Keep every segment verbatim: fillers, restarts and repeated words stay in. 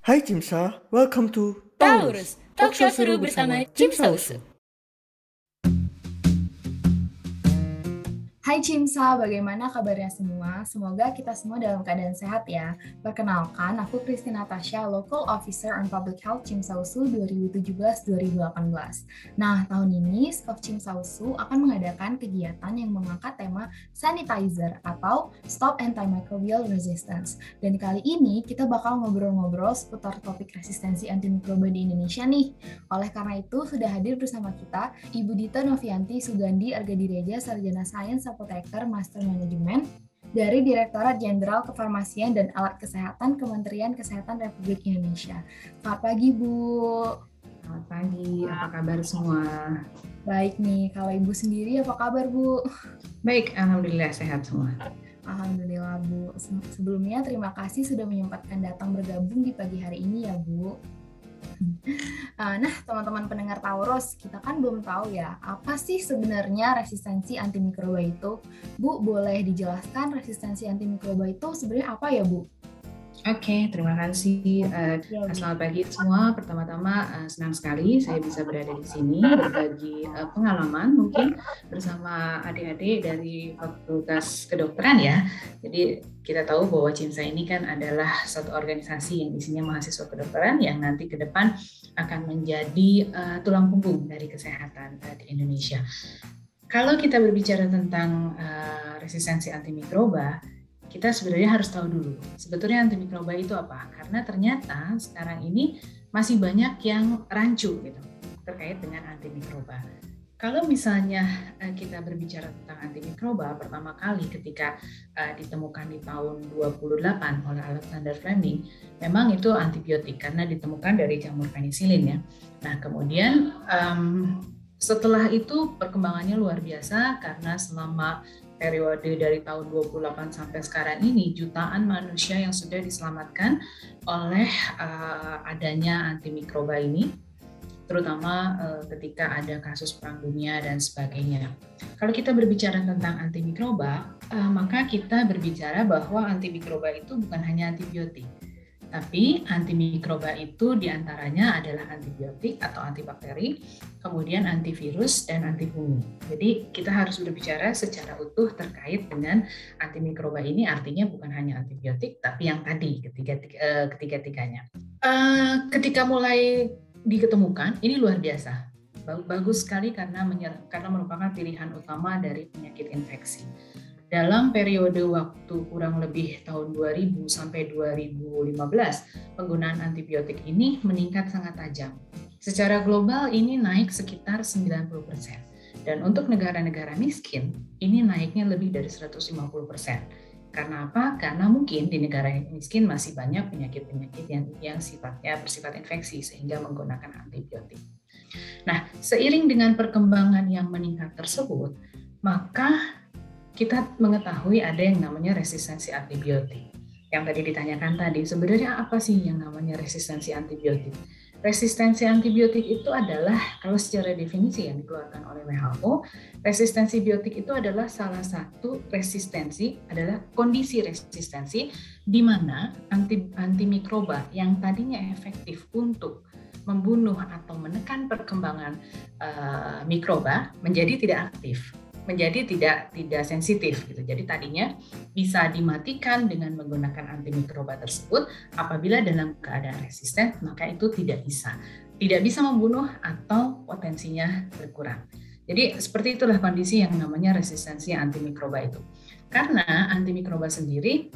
Hai Cimsa, welcome to Taurus, talk show seru bersama Cim Sausu. Hai Cimsa, bagaimana kabarnya semua? Semoga kita semua dalam keadaan sehat ya. Perkenalkan, aku Christine Natasha, Local Officer on Public Health Cim Sausu dua ribu tujuh belas dua ribu delapan belas. Nah, tahun ini Skop Cim Sausu akan mengadakan kegiatan yang mengangkat tema sanitizer atau Stop Antimicrobial Resistance. Dan kali ini kita bakal ngobrol-ngobrol seputar topik resistensi antimikroba di Indonesia nih. Oleh karena itu, sudah hadir bersama kita Ibu Dita Novianti Sugandi Argadireja, Sarjana Sains Apoteker Master Management dari Direktorat Jenderal Kefarmasian dan Alat Kesehatan Kementerian Kesehatan Republik Indonesia. Selamat pagi, Bu. Selamat pagi, apa kabar semua? Baik nih, kalau Ibu sendiri apa kabar, Bu? Baik, Alhamdulillah sehat semua. Alhamdulillah, Bu. Sebelumnya terima kasih sudah menyempatkan datang bergabung di pagi hari ini ya, Bu. Nah, teman-teman pendengar Taurus, kita kan belum tahu ya, apa sih sebenarnya resistensi antimikroba itu? Bu, boleh dijelaskan resistensi antimikroba itu sebenarnya apa ya, Bu? Oke, terima kasih. Uh, selamat pagi semua. Pertama-tama uh, senang sekali saya bisa berada di sini berbagi uh, pengalaman mungkin bersama adik-adik dari Fakultas Kedokteran ya. Jadi kita tahu bahwa Cimsa ini kan adalah suatu organisasi yang isinya mahasiswa kedokteran yang nanti ke depan akan menjadi uh, tulang punggung dari kesehatan uh, di Indonesia. Kalau kita berbicara tentang uh, resistensi antimikroba, kita sebenarnya harus tahu dulu sebetulnya antimikroba itu apa, karena ternyata sekarang ini masih banyak yang rancu gitu terkait dengan antimikroba. Kalau misalnya kita berbicara tentang antimikroba, pertama kali ketika uh, ditemukan di tahun dua puluh delapan oleh Alexander Fleming, memang itu antibiotik karena ditemukan dari jamur penisilin ya. Nah kemudian um, setelah itu perkembangannya luar biasa karena selama periode dari tahun dua puluh delapan sampai sekarang ini jutaan manusia yang sudah diselamatkan oleh uh, adanya antimikroba ini, terutama uh, ketika ada kasus perang dunia dan sebagainya. Kalau kita berbicara tentang antimikroba, uh, maka kita berbicara bahwa antimikroba itu bukan hanya antibiotik, tapi antimikroba itu diantaranya adalah antibiotik atau antibakteri, kemudian antivirus dan antifungi. Jadi kita harus berbicara secara utuh terkait dengan antimikroba ini, artinya bukan hanya antibiotik, tapi yang tadi ketiga ketiga-tiganya. Ketika mulai diketemukan, ini luar biasa, bagus sekali karena karena merupakan pilihan utama dari penyakit infeksi. Dalam periode waktu kurang lebih tahun dua ribu sampai dua ribu lima belas, penggunaan antibiotik ini meningkat sangat tajam. Secara global ini naik sekitar sembilan puluh persen. Dan untuk negara-negara miskin, ini naiknya lebih dari seratus lima puluh persen. Karena apa? Karena mungkin di negara miskin masih banyak penyakit-penyakit yang, yang sifatnya bersifat infeksi sehingga menggunakan antibiotik. Nah, seiring dengan perkembangan yang meningkat tersebut, maka kita mengetahui ada yang namanya resistensi antibiotik. Yang tadi ditanyakan tadi, sebenarnya apa sih yang namanya resistensi antibiotik? Resistensi antibiotik itu adalah, kalau secara definisi yang dikeluarkan oleh W H O, resistensi biotik itu adalah salah satu resistensi, adalah kondisi resistensi di mana anti, antimikroba yang tadinya efektif untuk membunuh atau menekan perkembangan uh, mikroba menjadi tidak aktif, menjadi tidak tidak sensitif gitu. Jadi tadinya bisa dimatikan dengan menggunakan antimikroba tersebut, apabila dalam keadaan resisten maka itu tidak bisa. Tidak bisa membunuh atau potensinya berkurang. Jadi seperti itulah kondisi yang namanya resistensi antimikroba itu. Karena antimikroba sendiri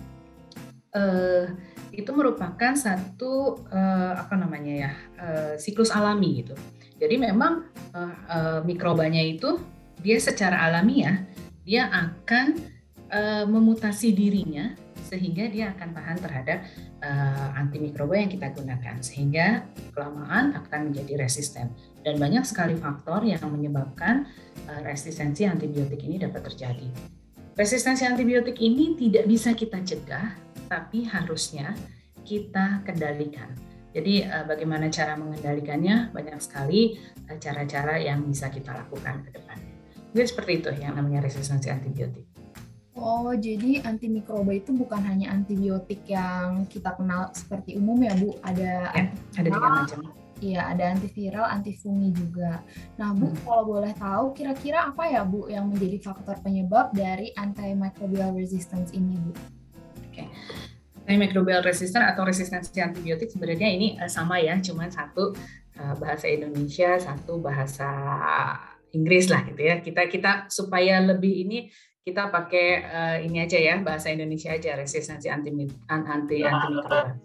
eh, itu merupakan satu eh, apa namanya ya, eh, siklus alami gitu. Jadi memang eh, eh, mikrobanya itu dia secara alamiah dia akan uh, memutasi dirinya sehingga dia akan tahan terhadap uh, antimikroba yang kita gunakan, sehingga kelamaan akan menjadi resisten. Dan banyak sekali faktor yang menyebabkan uh, resistensi antibiotik ini dapat terjadi. Resistensi antibiotik ini tidak bisa kita cegah, tapi harusnya kita kendalikan. Jadi uh, bagaimana cara mengendalikannya? Banyak sekali uh, cara-cara yang bisa kita lakukan ke depannya. Jadi seperti itu yang namanya resistensi antibiotik. Oh, jadi antimikroba itu bukan hanya antibiotik yang kita kenal seperti umum ya, Bu. Ada Ya, ada tiga antiviral, macam. iya, ada antiviral, antifungi juga. Nah, Bu, Hmm. kalau boleh tahu, kira-kira apa ya, Bu, yang menjadi faktor penyebab dari antimicrobial resistance ini, Bu? Oke. Antimicrobial resistance atau resistensi antibiotik sebenarnya ini uh, sama ya, cuman satu uh, bahasa Indonesia, satu bahasa Inggris lah gitu ya. Kita kita supaya lebih ini kita pakai uh, ini aja ya, bahasa Indonesia aja, resistensi anti anti antimikroba.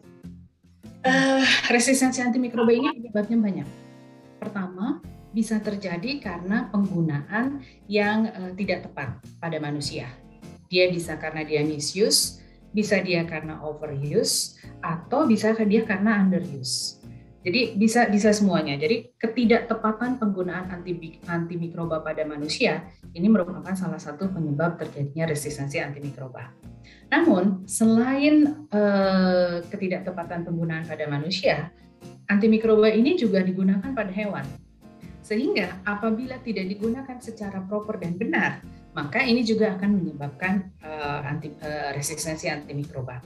Uh, resistensi antimikroba ini penyebabnya banyak. Pertama, bisa terjadi karena penggunaan yang uh, tidak tepat pada manusia. Dia bisa karena dia misuse, bisa dia karena overuse, atau bisa dia karena underuse. Jadi bisa bisa semuanya. Jadi ketidaktepatan penggunaan anti antimikroba pada manusia ini merupakan salah satu penyebab terjadinya resistensi antimikroba. Namun selain eh, ketidaktepatan penggunaan pada manusia, antimikroba ini juga digunakan pada hewan. Sehingga apabila tidak digunakan secara proper dan benar, maka ini juga akan menyebabkan uh, anti, uh, resistensi antimikroba.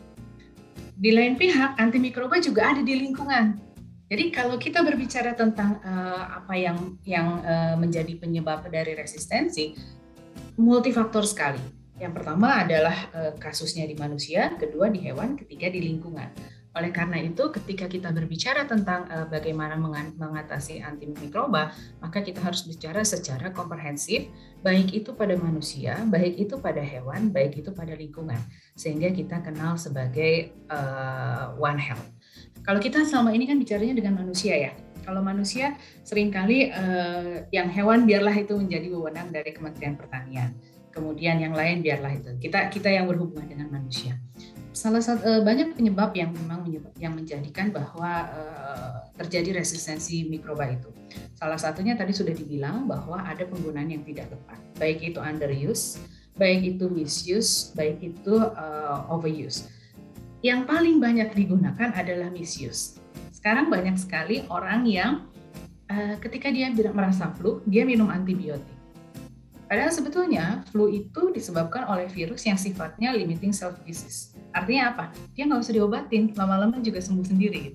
Di lain pihak, antimikroba juga ada di lingkungan. Jadi kalau kita berbicara tentang uh, apa yang yang uh, menjadi penyebab dari resistensi, multifaktor sekali. Yang pertama adalah uh, kasusnya di manusia, kedua di hewan, ketiga di lingkungan. Oleh karena itu, ketika kita berbicara tentang uh, bagaimana mengatasi antimikroba, maka kita harus bicara secara komprehensif, baik itu pada manusia, baik itu pada hewan, baik itu pada lingkungan, sehingga kita kenal sebagai uh, One Health. Kalau kita selama ini kan bicaranya dengan manusia ya. Kalau manusia seringkali uh, yang hewan biarlah itu menjadi wewenang dari Kementerian Pertanian. Kemudian yang lain biarlah itu. Kita kita yang berhubungan dengan manusia. Salah satu uh, banyak penyebab yang memang menyebab, yang menjadikan bahwa uh, terjadi resistensi mikroba itu. Salah satunya tadi sudah dibilang bahwa ada penggunaan yang tidak tepat, baik itu underuse, baik itu misuse, baik itu uh, overuse. Yang paling banyak digunakan adalah misuse. Sekarang banyak sekali orang yang uh, ketika dia merasa flu, dia minum antibiotik. Padahal sebetulnya flu itu disebabkan oleh virus yang sifatnya limiting self disease. Artinya apa? Dia nggak usah diobatin, lama-lama juga sembuh sendiri gitu.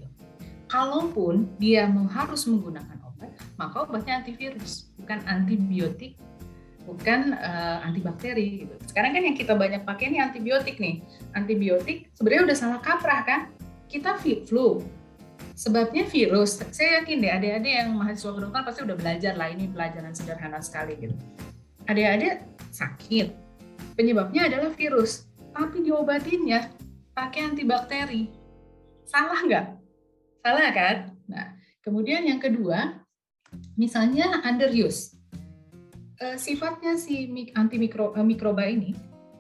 Kalaupun dia harus menggunakan obat, maka obatnya antivirus, bukan antibiotik, bukan uh, antibakteri gitu. Sekarang kan yang kita banyak pakai ini antibiotik nih. Antibiotik sebenarnya udah salah kaprah kan? Kita flu. Sebabnya virus. Saya yakin deh adik-adik yang mahasiswa kedokteran pasti udah belajar lah, ini pelajaran sederhana sekali gitu. Adik-adik sakit, penyebabnya adalah virus, tapi diobatinnya pakai antibakteri. Salah nggak? Salah kan? Nah, kemudian yang kedua, misalnya underuse. E, sifatnya si antimikroba ini,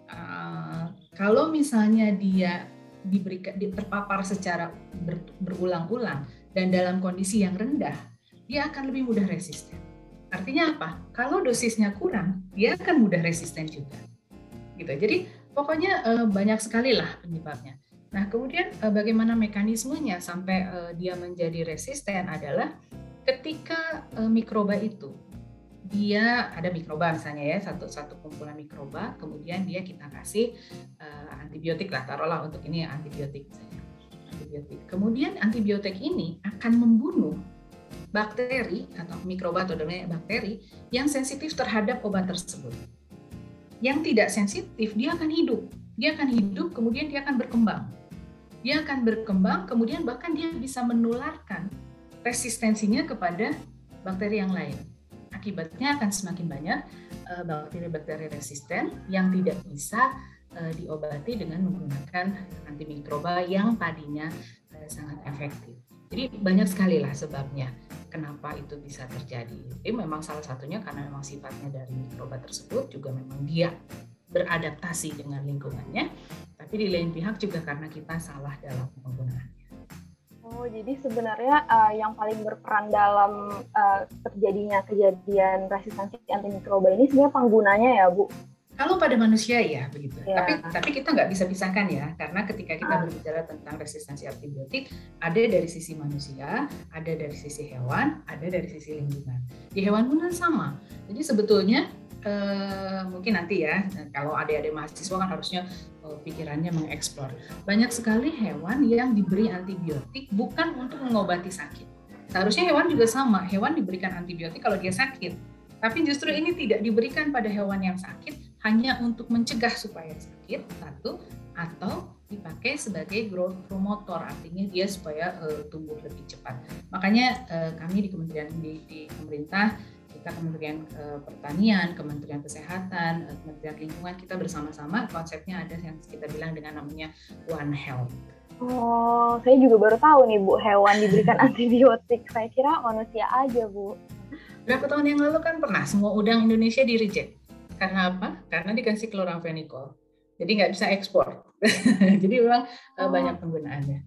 uh, kalau misalnya dia diberikan terpapar secara ber, berulang-ulang dan dalam kondisi yang rendah, dia akan lebih mudah resisten. Artinya apa? Kalau dosisnya kurang, dia akan mudah resisten juga. Gitu. Jadi pokoknya uh, banyak sekali lah penyebabnya. Nah, kemudian uh, bagaimana mekanismenya sampai uh, dia menjadi resisten adalah ketika uh, mikroba itu dia ada mikroba misalnya ya, satu satu kumpulan mikroba, kemudian dia kita kasih uh, antibiotik lah, taruhlah untuk ini antibiotik misalnya. Antibiotik. Kemudian antibiotik ini akan membunuh bakteri atau mikroba atau namanya bakteri yang sensitif terhadap obat tersebut. Yang tidak sensitif dia akan hidup, dia akan hidup kemudian dia akan berkembang, dia akan berkembang kemudian bahkan dia bisa menularkan resistensinya kepada bakteri yang lain. Akibatnya akan semakin banyak uh, bakteri-bakteri resisten yang tidak bisa uh, diobati dengan menggunakan antimikroba yang tadinya uh, sangat efektif. Jadi banyak sekali lah sebabnya kenapa itu bisa terjadi. Jadi memang salah satunya karena memang sifatnya dari mikroba tersebut juga memang dia beradaptasi dengan lingkungannya, tapi di lain pihak juga karena kita salah dalam penggunaannya. Oh, jadi sebenarnya uh, yang paling berperan dalam uh, terjadinya kejadian resistensi antimikroba ini sebenarnya penggunanya ya, Bu? Kalau pada manusia ya begitu. Ya. Tapi tapi kita nggak bisa pisahkan ya, karena ketika kita berbicara tentang resistensi antibiotik, ada dari sisi manusia, ada dari sisi hewan, ada dari sisi lingkungan. Di hewan pun sama. Jadi sebetulnya uh, mungkin nanti ya, kalau adik-adik mahasiswa kan harusnya uh, pikirannya mengeksplor. Banyak sekali hewan yang diberi antibiotik bukan untuk mengobati sakit. Seharusnya hewan juga sama, hewan diberikan antibiotik kalau dia sakit. Tapi justru ini tidak diberikan pada hewan yang sakit hanya untuk mencegah supaya sakit, satu, atau dipakai sebagai growth promotor, artinya dia supaya uh, tumbuh lebih cepat. Makanya uh, kami di Kementerian di, di pemerintah, kita Kementerian uh, Pertanian, Kementerian Kesehatan, uh, Kementerian Lingkungan, kita bersama-sama konsepnya ada yang kita bilang dengan namanya One Health. Oh, saya juga baru tahu nih Bu, hewan diberikan antibiotik. Saya kira manusia aja Bu. Berapa tahun yang lalu kan pernah semua udang Indonesia di reject. Karena apa? Karena dikasih chloramphenicol. Jadi nggak bisa ekspor. Jadi memang oh. banyak penggunaannya.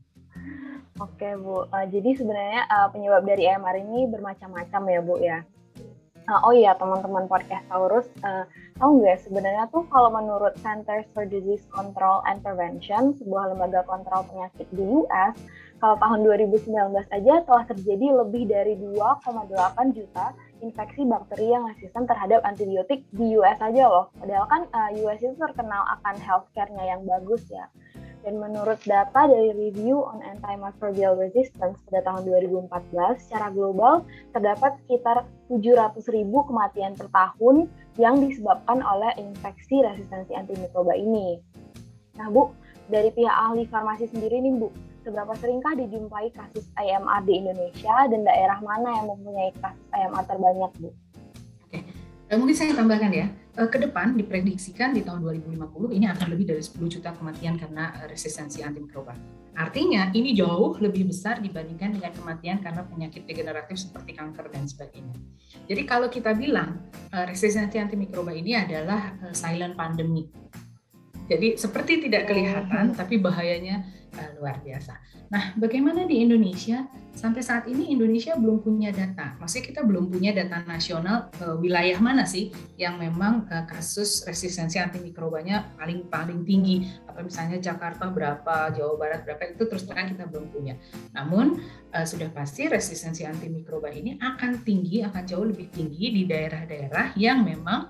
Oke Bu, uh, jadi sebenarnya uh, penyebab dari A M R ini bermacam-macam ya Bu ya. Uh, oh iya teman-teman podcast Taurus, uh, tahu nggak sebenarnya tuh kalau menurut Centers for Disease Control and Prevention, sebuah lembaga kontrol penyakit di U S, kalau tahun dua ribu sembilan belas aja telah terjadi lebih dari dua koma delapan juta infeksi bakteri yang resisten terhadap antibiotik di U S aja loh. Padahal kan uh, U S itu terkenal akan healthcare-nya yang bagus ya. Dan menurut data dari Review on Antimicrobial Resistance pada tahun dua ribu empat belas, secara global terdapat sekitar tujuh ratus ribu kematian per tahun yang disebabkan oleh infeksi resistensi antimikroba ini. Nah Bu, dari pihak ahli farmasi sendiri nih Bu, seberapa seringkah dijumpai kasus A M R di Indonesia dan daerah mana yang mempunyai kasus A M R terbanyak Bu? Oke, eh, mungkin saya tambahkan ya. Ke depan diprediksikan di tahun dua ribu lima puluh ini akan lebih dari sepuluh juta kematian karena resistensi antimikroba. Artinya ini jauh lebih besar dibandingkan dengan kematian karena penyakit degeneratif seperti kanker dan sebagainya. Jadi kalau kita bilang resistensi antimikroba ini adalah silent pandemic. Jadi seperti tidak kelihatan tapi bahayanya luar biasa. Nah, bagaimana di Indonesia? Sampai saat ini Indonesia belum punya data. Maksudnya kita belum punya data nasional e, wilayah mana sih yang memang e, kasus resistensi antimikrobanya paling paling tinggi. Apa misalnya Jakarta berapa, Jawa Barat berapa, itu terus terang kita belum punya. Namun e, sudah pasti resistensi antimikroba ini akan tinggi, akan jauh lebih tinggi di daerah-daerah yang memang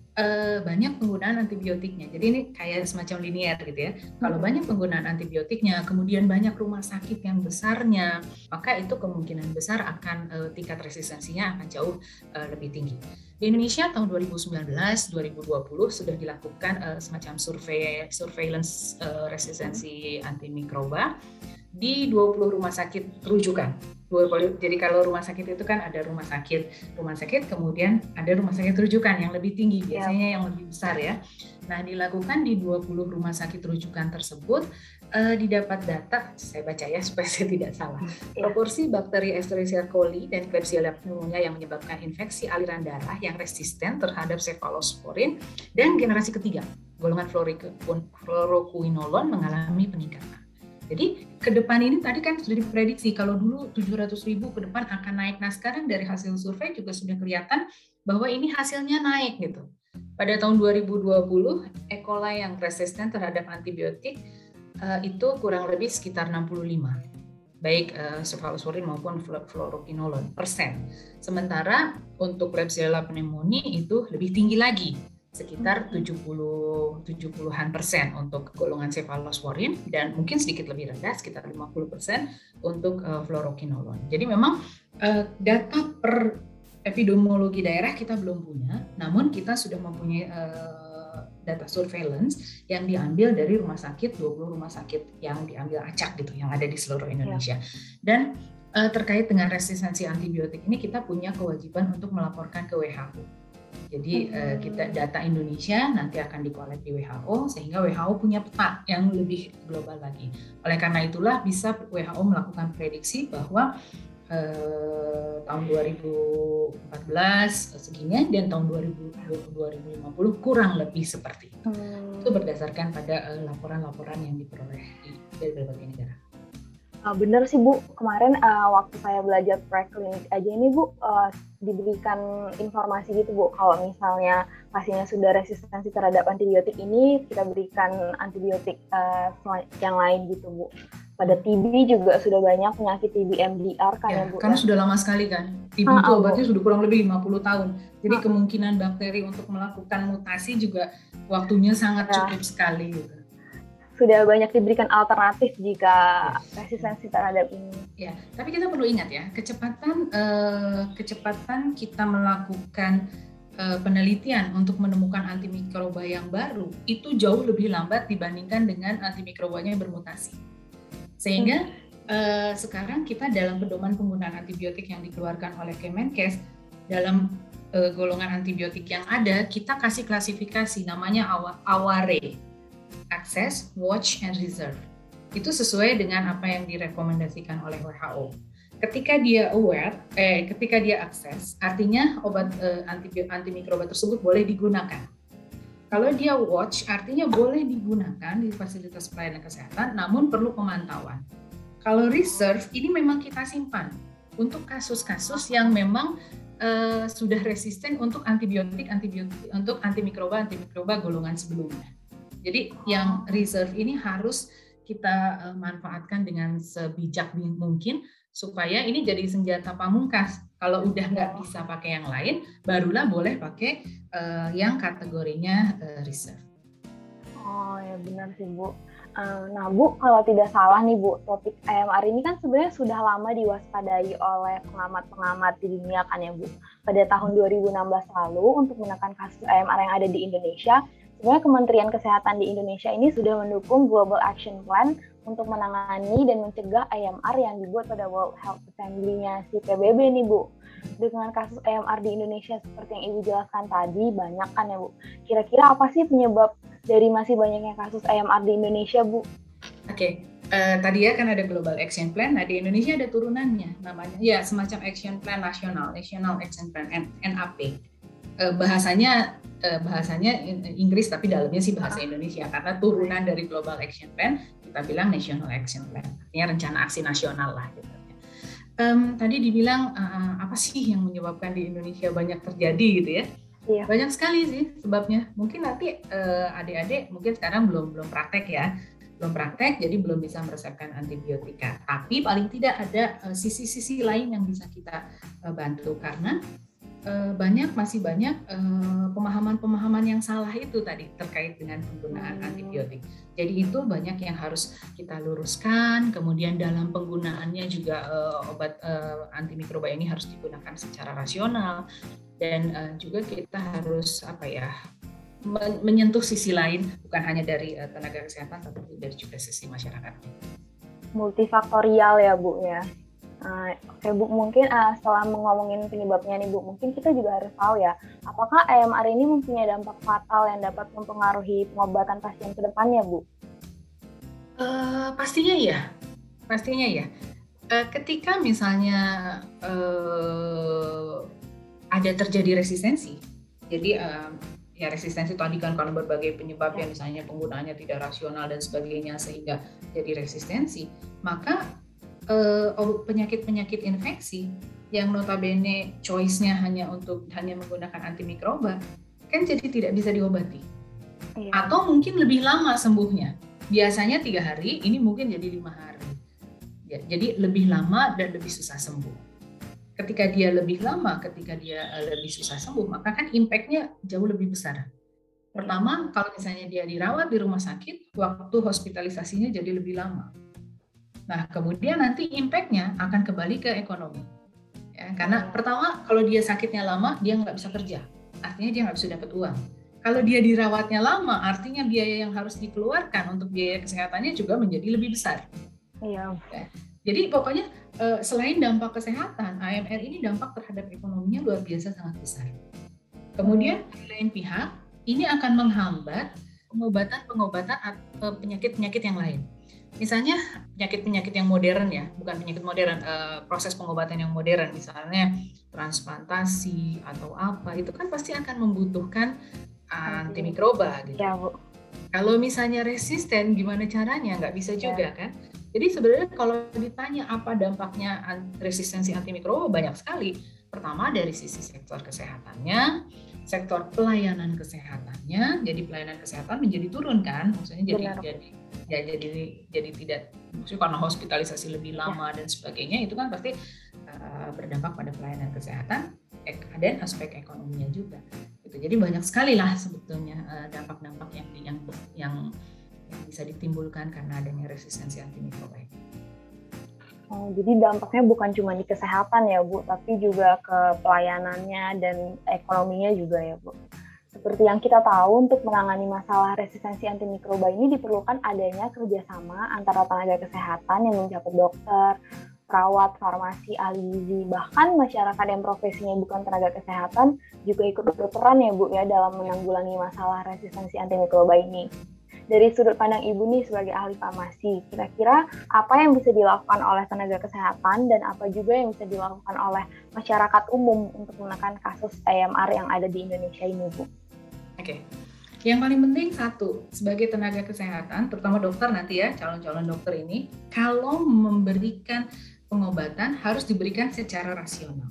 banyak penggunaan antibiotiknya. Jadi ini kayak semacam linier gitu ya. Kalau banyak penggunaan antibiotiknya, kemudian banyak rumah sakit yang besarnya, maka itu kemungkinan besar akan uh, tingkat resistensinya akan jauh uh, lebih tinggi. Di Indonesia tahun dua ribu sembilan belas dua ribu dua puluh sudah dilakukan uh, semacam survei surveillance uh, resistensi antimikroba di dua puluh rumah sakit rujukan. Jadi kalau rumah sakit itu kan ada rumah sakit, rumah sakit kemudian ada rumah sakit rujukan yang lebih tinggi, biasanya yang lebih besar ya. Nah, dilakukan di dua puluh rumah sakit rujukan tersebut, eh, didapat data, saya baca ya supaya saya tidak salah. Proporsi bakteri Escherichia coli dan Klebsiella pneumonia yang menyebabkan infeksi aliran darah yang resisten terhadap cephalosporin dan generasi ketiga, golongan fluoroquinolone mengalami peningkatan. Jadi ke depan ini tadi kan sudah diprediksi kalau dulu tujuh ratus ribu ke depan akan naik. Nah sekarang dari hasil survei juga sudah kelihatan bahwa ini hasilnya naik gitu. Pada tahun dua ribu dua puluh E. coli yang resisten terhadap antibiotik uh, itu kurang lebih sekitar enam puluh lima. Baik uh, cephalosporin maupun fluoroquinolone persen. Sementara untuk Klebsiella pneumoniae itu lebih tinggi lagi, sekitar tujuh puluhan persen untuk golongan cephalosporin dan mungkin sedikit lebih rendah sekitar lima puluh persen untuk uh, fluoroquinolone. Jadi memang uh, data per epidemiologi daerah kita belum punya, namun kita sudah mempunyai uh, data surveillance yang diambil dari rumah sakit, dua puluh rumah sakit yang diambil acak gitu yang ada di seluruh Indonesia. Dan uh, terkait dengan resistensi antibiotik ini kita punya kewajiban untuk melaporkan ke W H O. Jadi hmm. kita data Indonesia nanti akan dikolek di W H O sehingga W H O punya peta yang lebih global lagi. Oleh karena itulah bisa W H O melakukan prediksi bahwa eh, tahun dua ribu empat belas segini dan tahun dua ribu lima puluh kurang lebih seperti itu. Hmm. Itu berdasarkan pada eh, laporan-laporan yang diperoleh dari berbagai negara. Uh, bener sih Bu, kemarin uh, waktu saya belajar preklinik aja ini Bu, uh, diberikan informasi gitu Bu, kalau misalnya pasiennya sudah resistensi terhadap antibiotik ini, kita berikan antibiotik uh, yang lain gitu Bu. pada T B juga sudah banyak penyakit T B M D R kan ya, ya Bu? Karena ya? sudah lama sekali kan, T B Ah, itu ah, obatnya Bu. sudah kurang lebih lima puluh tahun. Jadi Ah. kemungkinan bakteri untuk melakukan mutasi juga waktunya sangat Ya. cukup sekali gitu. Sudah banyak diberikan alternatif jika Yes. resistensi terhadap ini. Ya, tapi kita perlu ingat ya, kecepatan eh, kecepatan kita melakukan eh, penelitian untuk menemukan antimikroba yang baru itu jauh lebih lambat dibandingkan dengan antimikrobanya yang bermutasi. Sehingga eh, sekarang kita dalam pedoman penggunaan antibiotik yang dikeluarkan oleh Kemenkes, dalam eh, golongan antibiotik yang ada, kita kasih klasifikasi namanya AWARE, Access, Watch, and Reserve. Itu sesuai dengan apa yang direkomendasikan oleh W H O. Ketika dia aware, eh, ketika dia akses, artinya obat eh, antibiotik antimikroba tersebut boleh digunakan. Kalau dia watch, artinya boleh digunakan di fasilitas pelayanan kesehatan, namun perlu pemantauan. Kalau reserve, ini memang kita simpan untuk kasus-kasus yang memang eh, sudah resisten untuk antibiotik, antibiotik untuk antimikroba, antimikroba golongan sebelumnya. Jadi yang reserve ini harus kita uh, manfaatkan dengan sebijak mungkin supaya ini jadi senjata pamungkas. Kalau udah nggak bisa pakai yang lain, barulah boleh pakai uh, yang kategorinya uh, reserve. Oh ya benar sih Bu. Uh, nah Bu, kalau tidak salah nih Bu, topik A M R ini kan sebenarnya sudah lama diwaspadai oleh pengamat-pengamat di dunia kan ya Bu. Pada tahun dua ribu enam belas lalu untuk menekan kasus A M R yang ada di Indonesia, sebenarnya Kementerian Kesehatan di Indonesia ini sudah mendukung Global Action Plan untuk menangani dan mencegah A M R yang dibuat pada World Health Assembly-nya si P B B nih Bu. Dengan kasus A M R di Indonesia seperti yang Ibu jelaskan tadi, banyak kan ya Bu. Kira-kira apa sih penyebab dari masih banyaknya kasus A M R di Indonesia Bu? Oke, okay. uh, tadi ya kan ada Global Action Plan, nah di Indonesia ada turunannya namanya, ya semacam Action Plan Nasional, National Action Plan, N A P. Uh, bahasanya bahasanya Inggris tapi dalamnya sih bahasa Indonesia karena turunan dari Global Action Plan kita bilang National Action Plan, artinya rencana aksi nasional lah gitu. Um, tadi dibilang uh, apa sih yang menyebabkan di Indonesia banyak terjadi gitu ya? Iya. Banyak sekali sih sebabnya. Mungkin nanti uh, adik-adik mungkin sekarang belum belum praktek ya, belum praktek jadi belum bisa meresepkan antibiotika. Tapi paling tidak ada uh, sisi-sisi lain yang bisa kita uh, bantu karena banyak masih banyak uh, pemahaman-pemahaman yang salah itu tadi terkait dengan penggunaan antibiotik. Jadi itu banyak yang harus kita luruskan. Kemudian dalam penggunaannya juga uh, obat uh, antimikroba ini harus digunakan secara rasional dan uh, juga kita harus apa ya men- menyentuh sisi lain bukan hanya dari uh, tenaga kesehatan tapi dari juga sisi masyarakat. Multifaktorial ya Bu ya. Uh, Oke Bu, mungkin uh, setelah ngomongin penyebabnya nih Bu, mungkin kita juga harus tahu ya, apakah A M R ini mempunyai dampak fatal yang dapat mempengaruhi pengobatan pasien ke depannya Bu? Uh, pastinya ya, pastinya ya. Uh, ketika misalnya uh, ada terjadi resistensi, jadi uh, ya resistensi tadi kan karena berbagai penyebab ya, misalnya penggunaannya tidak rasional dan sebagainya sehingga jadi resistensi, maka Uh, penyakit-penyakit infeksi yang notabene choice-nya hanya untuk hanya menggunakan antimikroba kan jadi tidak bisa diobati. Iya. Atau mungkin lebih lama sembuhnya. Biasanya tiga hari, ini mungkin jadi lima hari. Ya, jadi lebih lama dan lebih susah sembuh. Ketika dia lebih lama, ketika dia uh, lebih susah sembuh, maka kan impact-nya jauh lebih besar. Pertama, kalau misalnya dia dirawat di rumah sakit, waktu hospitalisasinya jadi lebih lama. Nah, kemudian nanti impact-nya akan kembali ke ekonomi. Ya, karena pertama, kalau dia sakitnya lama, dia nggak bisa kerja. Artinya dia nggak bisa dapat uang. Kalau dia dirawatnya lama, artinya biaya yang harus dikeluarkan untuk biaya kesehatannya juga menjadi lebih besar. Iya. Ya. Jadi pokoknya selain dampak kesehatan, A M R ini dampak terhadap ekonominya luar biasa sangat besar. Kemudian di lain pihak, ini akan menghambat pengobatan-pengobatan penyakit-penyakit yang lain. Misalnya penyakit-penyakit yang modern ya, bukan penyakit modern, uh, proses pengobatan yang modern, misalnya transplantasi atau apa, itu kan pasti akan membutuhkan antimikroba gitu. Ya, Bu. Kalau misalnya resisten, gimana caranya? Nggak bisa juga ya. Kan? Jadi sebenarnya kalau ditanya apa dampaknya resistensi antimikroba, banyak sekali. Pertama dari sisi sektor kesehatannya, sektor pelayanan kesehatannya, jadi pelayanan kesehatan menjadi turun kan, maksudnya jadi Benar. jadi ya jadi jadi tidak, maksudnya karena hospitalisasi lebih lama ya. Dan sebagainya, itu kan pasti uh, berdampak pada pelayanan kesehatan ek, dan aspek ekonominya juga. Gitu. Jadi banyak sekali lah sebetulnya uh, dampak-dampak yang yang yang yang bisa ditimbulkan karena adanya resistensi antimikroba ini. Oh, jadi dampaknya bukan cuma di kesehatan ya Bu, tapi juga ke pelayanannya dan ekonominya juga ya Bu. Seperti yang kita tahu, untuk menangani masalah resistensi antimikroba ini diperlukan adanya kerjasama antara tenaga kesehatan yang mencakup dokter, perawat, farmasi, ahli gizi, bahkan masyarakat yang profesinya bukan tenaga kesehatan juga ikut berperan ya Bu ya dalam menanggulangi masalah resistensi antimikroba ini. Dari sudut pandang Ibu nih sebagai ahli farmasi, kira-kira apa yang bisa dilakukan oleh tenaga kesehatan dan apa juga yang bisa dilakukan oleh masyarakat umum untuk menekan kasus A M R yang ada di Indonesia ini, Bu? Oke, yang paling penting satu, sebagai tenaga kesehatan, terutama dokter nanti ya, calon-calon dokter ini, kalau memberikan pengobatan harus diberikan secara rasional.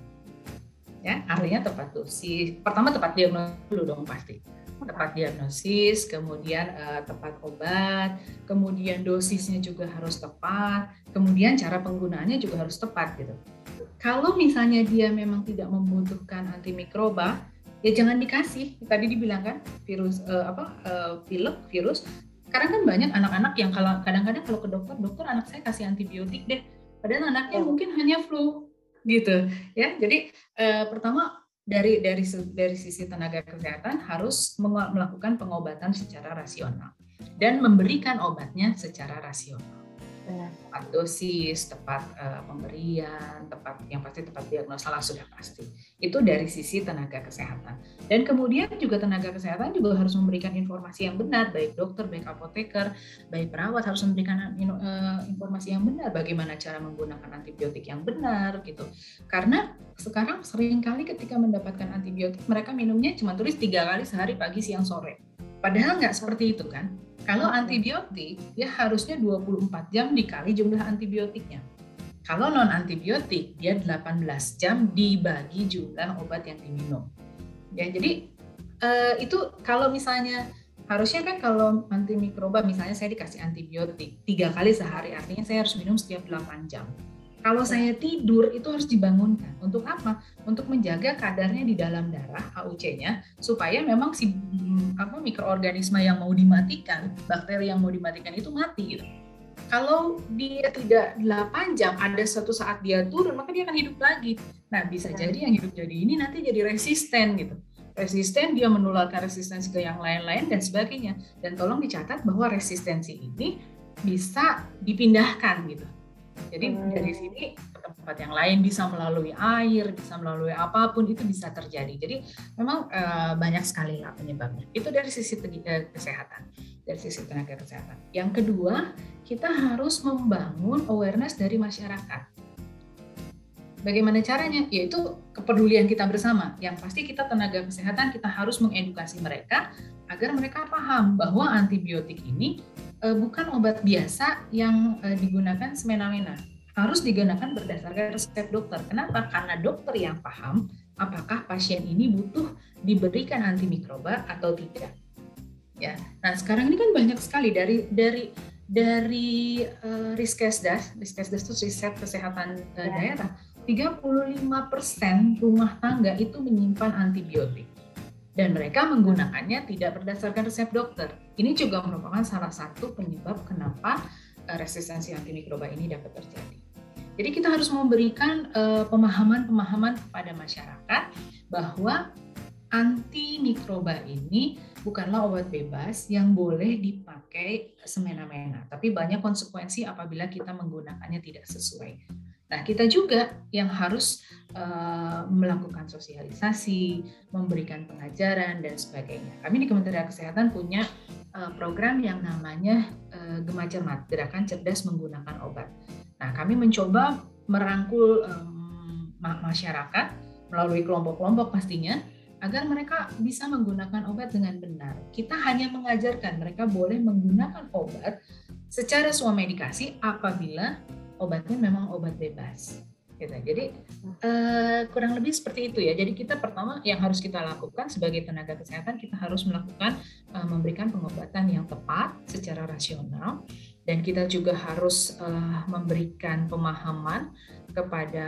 Ya, artinya tepat dosis. Pertama tepat diagnosis dulu dong pasti. Tepat diagnosis, kemudian uh, tepat obat, kemudian dosisnya juga harus tepat, kemudian cara penggunaannya juga harus tepat gitu. Kalau misalnya dia memang tidak membutuhkan antimikroba, ya jangan dikasih. Tadi dibilang kan virus uh, apa uh, pilek, virus. Karena kan banyak anak-anak yang kalau kadang-kadang kalau ke dokter, dokter anak saya kasih antibiotik deh, padahal anaknya mungkin hanya flu gitu ya. Jadi uh, pertama dari dari dari sisi tenaga kesehatan harus melakukan pengobatan secara rasional dan memberikan obatnya secara rasional. Benar. Tepat dosis, tepat uh, pemberian, tepat yang pasti tepat diagnosa lah sudah pasti. Itu dari sisi tenaga kesehatan. Dan kemudian juga tenaga kesehatan juga harus memberikan informasi yang benar, baik dokter, baik apoteker, baik perawat harus memberikan uh, informasi yang benar, bagaimana cara menggunakan antibiotik yang benar gitu. Karena sekarang seringkali ketika mendapatkan antibiotik mereka minumnya cuma tulis tiga kali sehari, pagi, siang, sore. Padahal nggak seperti itu kan. Kalau antibiotik, dia harusnya dua puluh empat jam dikali jumlah antibiotiknya. Kalau non antibiotik, dia delapan belas jam dibagi jumlah obat yang diminum. Ya, jadi uh, itu kalau misalnya harusnya kan kalau antimikroba misalnya saya dikasih antibiotik tiga kali sehari, artinya saya harus minum setiap delapan jam. Kalau saya tidur itu harus dibangunkan. Untuk apa? Untuk menjaga kadarnya di dalam darah A U C-nya supaya memang si apa mikroorganisme yang mau dimatikan, bakteri yang mau dimatikan itu mati gitu. Kalau dia tidak delapan jam, ada suatu saat dia turun, maka dia akan hidup lagi. Nah, bisa jadi yang hidup jadi ini nanti jadi resisten gitu. Resisten, dia menularkan resistensi ke yang lain-lain dan sebagainya. Dan tolong dicatat bahwa resistensi ini bisa dipindahkan gitu. Jadi hmm. dari sini ke tempat yang lain, bisa melalui air, bisa melalui apapun, itu bisa terjadi. Jadi memang uh, banyak sekali lah penyebabnya. Itu dari sisi uh, kesehatan, dari sisi tenaga kesehatan. Yang kedua, kita harus membangun awareness dari masyarakat. Bagaimana caranya? Yaitu kepedulian kita bersama. Yang pasti kita tenaga kesehatan, kita harus mengedukasi mereka agar mereka paham bahwa antibiotik ini bukan obat biasa yang digunakan semena-mena. Harus digunakan berdasarkan resep dokter. Kenapa? Karena dokter yang paham apakah pasien ini butuh diberikan antimikroba atau tidak. Ya. Nah, sekarang ini kan banyak sekali dari dari dari uh, Riskesdas, Riskesdas itu riset kesehatan uh, daerah, tiga puluh lima persen rumah tangga itu menyimpan antibiotik. Dan mereka menggunakannya tidak berdasarkan resep dokter. Ini juga merupakan salah satu penyebab kenapa resistensi antimikroba ini dapat terjadi. Jadi kita harus memberikan uh, pemahaman-pemahaman kepada masyarakat bahwa antimikroba ini bukanlah obat bebas yang boleh dipakai semena-mena, tapi banyak konsekuensi apabila kita menggunakannya tidak sesuai. Nah, kita juga yang harus uh, melakukan sosialisasi, memberikan pengajaran, dan sebagainya. Kami di Kementerian Kesehatan punya uh, program yang namanya uh, Gema Cermat, Gerakan Cerdas Menggunakan Obat. Nah, kami mencoba merangkul um, masyarakat melalui kelompok-kelompok pastinya, agar mereka bisa menggunakan obat dengan benar. Kita hanya mengajarkan mereka boleh menggunakan obat secara swamedikasi apabila obatnya memang obat bebas. Gitu. Jadi uh, kurang lebih seperti itu ya. Jadi kita pertama yang harus kita lakukan sebagai tenaga kesehatan, kita harus melakukan uh, memberikan pengobatan yang tepat secara rasional, dan kita juga harus uh, memberikan pemahaman kepada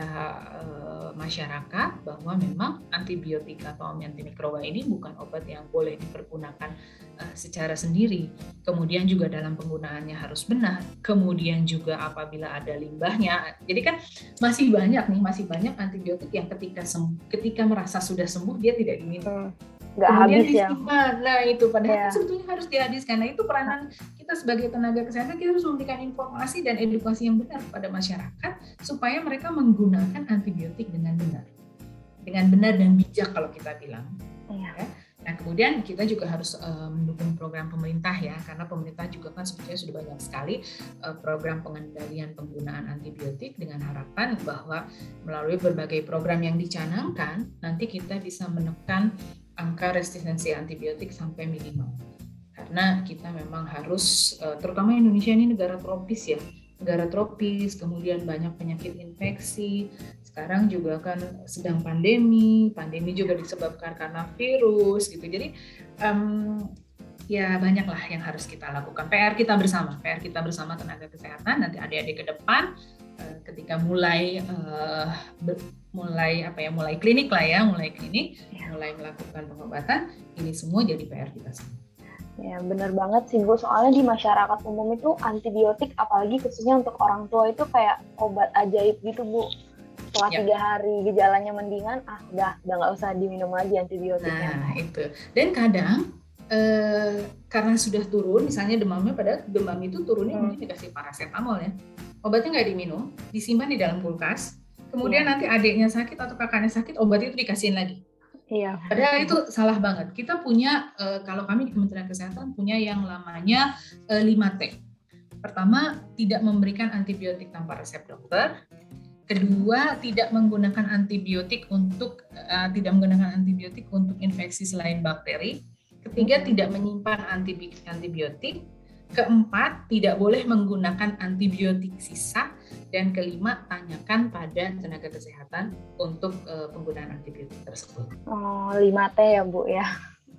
uh, masyarakat bahwa memang antibiotik atau antimikroba ini bukan obat yang boleh dipergunakan uh, secara sendiri. Kemudian juga dalam penggunaannya harus benar. Kemudian juga apabila ada limbahnya. Jadi kan masih banyak nih, masih banyak antibiotik yang ketika sembuh, ketika merasa sudah sembuh dia tidak diminum. Nggak Kemudian habis ya. disimpan. Nah itu padahal yeah. sebetulnya harus dihabiskan. Nah itu peranan kita sebagai tenaga kesehatan, kita harus memberikan informasi dan edukasi yang benar kepada masyarakat supaya mereka menggunakan antibiotik dengan benar, dengan benar dan bijak kalau kita bilang. Yeah. Ya. Nah kemudian kita juga harus uh, mendukung program pemerintah ya, karena pemerintah juga kan sebetulnya sudah banyak sekali uh, program pengendalian penggunaan antibiotik, dengan harapan bahwa melalui berbagai program yang dicanangkan nanti kita bisa menekan angka resistensi antibiotik sampai minimal. Karena kita memang harus, terutama Indonesia ini negara tropis ya, negara tropis, kemudian banyak penyakit infeksi, sekarang juga kan sedang pandemi, pandemi juga disebabkan karena virus gitu. Jadi um, ya banyaklah yang harus kita lakukan. P R kita bersama, P R kita bersama tenaga kesehatan, nanti adik-adik ke depan ketika mulai uh, ber, mulai apa ya mulai klinik lah ya mulai klinik ya. mulai melakukan pengobatan, ini semua jadi P R kita semua. Ya benar banget sih Bu, soalnya di masyarakat umum itu antibiotik apalagi khususnya untuk orang tua itu kayak obat ajaib gitu Bu. Setelah ya. tiga hari gejalanya mendingan, ah udah udah nggak usah diminum lagi antibiotiknya. Nah itu, dan kadang eh, karena sudah turun, misalnya demamnya, pada demam itu turunnya hmm. mungkin dikasih paracetamol ya. Obatnya nggak diminum, disimpan di dalam kulkas, kemudian ya. nanti adiknya sakit atau kakaknya sakit, obat itu dikasihin lagi. Iya. Padahal itu salah banget. Kita punya, e, kalau kami di Kementerian Kesehatan punya yang namanya e, lima T. Pertama, tidak memberikan antibiotik tanpa resep dokter. Kedua, tidak menggunakan antibiotik untuk e, tidak menggunakan antibiotik untuk infeksi selain bakteri. Ketiga, tidak menyimpan antibiotik. Keempat, tidak boleh menggunakan antibiotik sisa. Dan kelima, tanyakan pada tenaga kesehatan untuk uh, penggunaan antibiotik tersebut. Oh, lima T ya Bu ya.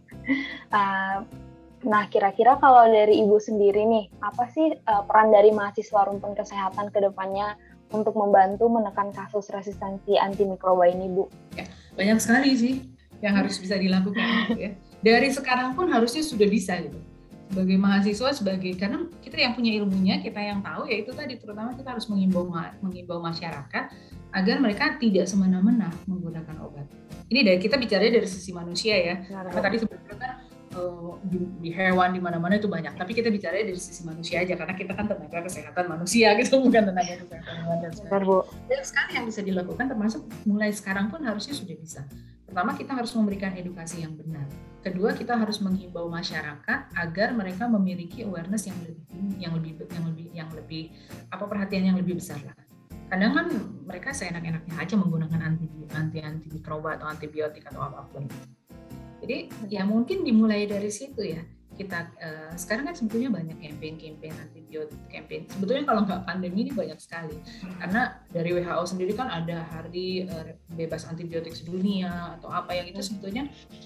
Uh, nah, kira-kira kalau dari Ibu sendiri nih, apa sih uh, peran dari mahasiswa rumpun kesehatan ke depannya untuk membantu menekan kasus resistensi antimikroba ini Bu? Ya, banyak sekali sih yang harus bisa dilakukan gitu ya. Dari sekarang pun harusnya sudah bisa gitu. Sebagai mahasiswa, sebagai karena kita yang punya ilmunya, kita yang tahu, yaitu tadi terutama kita harus mengimbau mengimbau masyarakat agar mereka tidak semena-mena menggunakan obat. Ini dari kita bicara dari sisi manusia ya. Nah, karena tadi sebetulnya kan uh, di, di hewan di mana-mana itu banyak, tapi kita bicara dari sisi manusia aja karena kita kan tenaga kesehatan manusia gitu, bukan tenaga kesehatan hewan dan sebagainya. Banyak sekali yang bisa dilakukan, termasuk mulai sekarang pun harusnya sudah bisa. Pertama, kita harus memberikan edukasi yang benar. Kedua, kita harus menghimbau masyarakat agar mereka memiliki awareness yang lebih yang lebih yang lebih yang lebih apa perhatian yang lebih besar lah. Kadang kan mereka seenak-enaknya aja menggunakan anti anti antimikroba atau antibiotik atau apapun. Jadi ya mungkin dimulai dari situ ya. Kita uh, sekarang kan sebetulnya banyak campaign-campaign antibiotik, campaign. Sebetulnya kalau nggak pandemi ini banyak sekali. Karena dari W H O sendiri kan ada hari uh, bebas antibiotik sedunia atau apa yang itu sebetulnya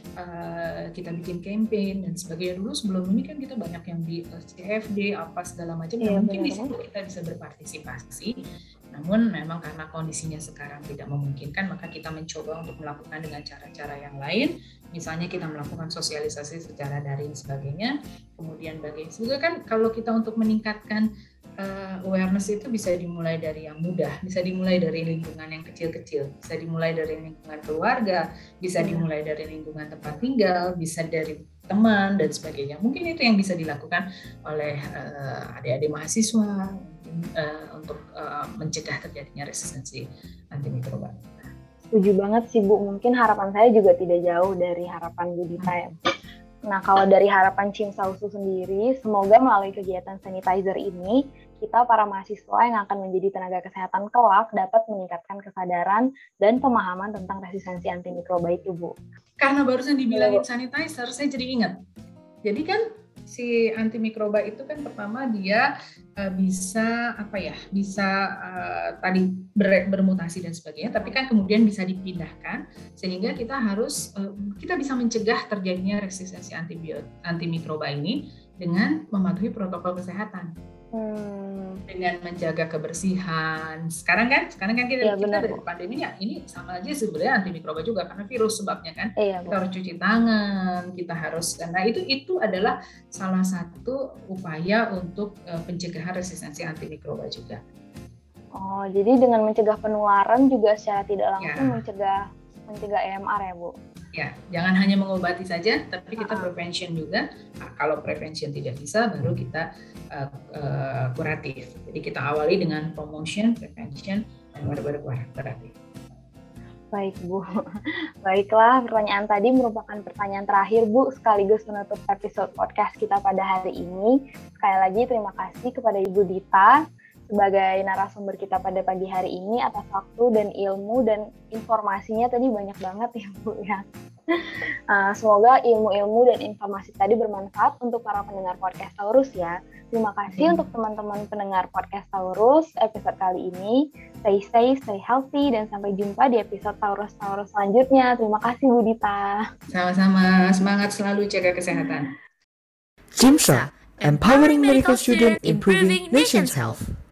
uh, kita bikin campaign dan sebagainya. Dulu sebelum ini kan kita banyak yang di uh, C F D apa segala macam. Iya, nah, mungkin di situ kita bisa berpartisipasi. Namun memang karena kondisinya sekarang tidak memungkinkan, maka kita mencoba untuk melakukan dengan cara-cara yang lain. Misalnya kita melakukan sosialisasi secara daring sebagainya. Kemudian bagaimana? Sebetulnya kan kalau kita untuk meningkatkan uh, awareness itu bisa dimulai dari yang mudah, bisa dimulai dari lingkungan yang kecil-kecil, bisa dimulai dari lingkungan keluarga, bisa dimulai dari lingkungan tempat tinggal, bisa dari teman dan sebagainya. Mungkin itu yang bisa dilakukan oleh uh, adik-adik mahasiswa uh, untuk uh, mencegah terjadinya resistensi antimikroba. Setuju banget sih Bu, mungkin harapan saya juga tidak jauh dari harapan Bu Dita ya. Nah kalau dari harapan Cimsausu sendiri, semoga melalui kegiatan sanitizer ini, kita para mahasiswa yang akan menjadi tenaga kesehatan kelak dapat meningkatkan kesadaran dan pemahaman tentang resistensi antimikroba itu Bu. Karena barusan dibilangin sanitizer, saya jadi ingat. Jadi kan si antimikroba itu kan pertama dia uh, bisa apa ya, bisa uh, tadi ber, bermutasi dan sebagainya, tapi kan kemudian bisa dipindahkan sehingga kita harus uh, kita bisa mencegah terjadinya resistensi antibiotik antimikroba ini dengan mematuhi protokol kesehatan. Hmm. Dengan menjaga kebersihan. Sekarang kan, sekarang kan kita, ya, kita dari pandemi ya, ini sama aja sebenarnya antimikroba juga karena virus sebabnya kan. Ya, kita harus cuci tangan, kita harus, karena itu itu adalah salah satu upaya untuk uh, pencegahan resistensi antimikroba juga. Oh, jadi dengan mencegah penularan juga secara tidak langsung ya. mencegah mencegah E M R ya, Bu? Ya, jangan hanya mengobati saja, tapi kita prevention juga. Nah, kalau prevention tidak bisa, baru kita uh, uh, kuratif. Jadi kita awali dengan promotion, prevention, dan baru-baru kuratif. Baik, Bu. Baiklah, pertanyaan tadi merupakan pertanyaan terakhir, Bu, sekaligus menutup episode podcast kita pada hari ini. Sekali lagi terima kasih kepada Ibu Dita sebagai narasumber kita pada pagi hari ini atas waktu dan ilmu dan informasinya tadi banyak banget ya, Bu ya. Uh, semoga ilmu-ilmu dan informasi tadi bermanfaat untuk para pendengar podcast Taurus ya. Terima kasih hmm. untuk teman-teman pendengar podcast Taurus episode kali ini. Stay safe, stay healthy, dan sampai jumpa di episode Taurus-Taurus selanjutnya. Terima kasih Bu Dita. Sama-sama, semangat selalu jaga kesehatan. CIMSA, Empowering Medical Student, Improving Nation's Health.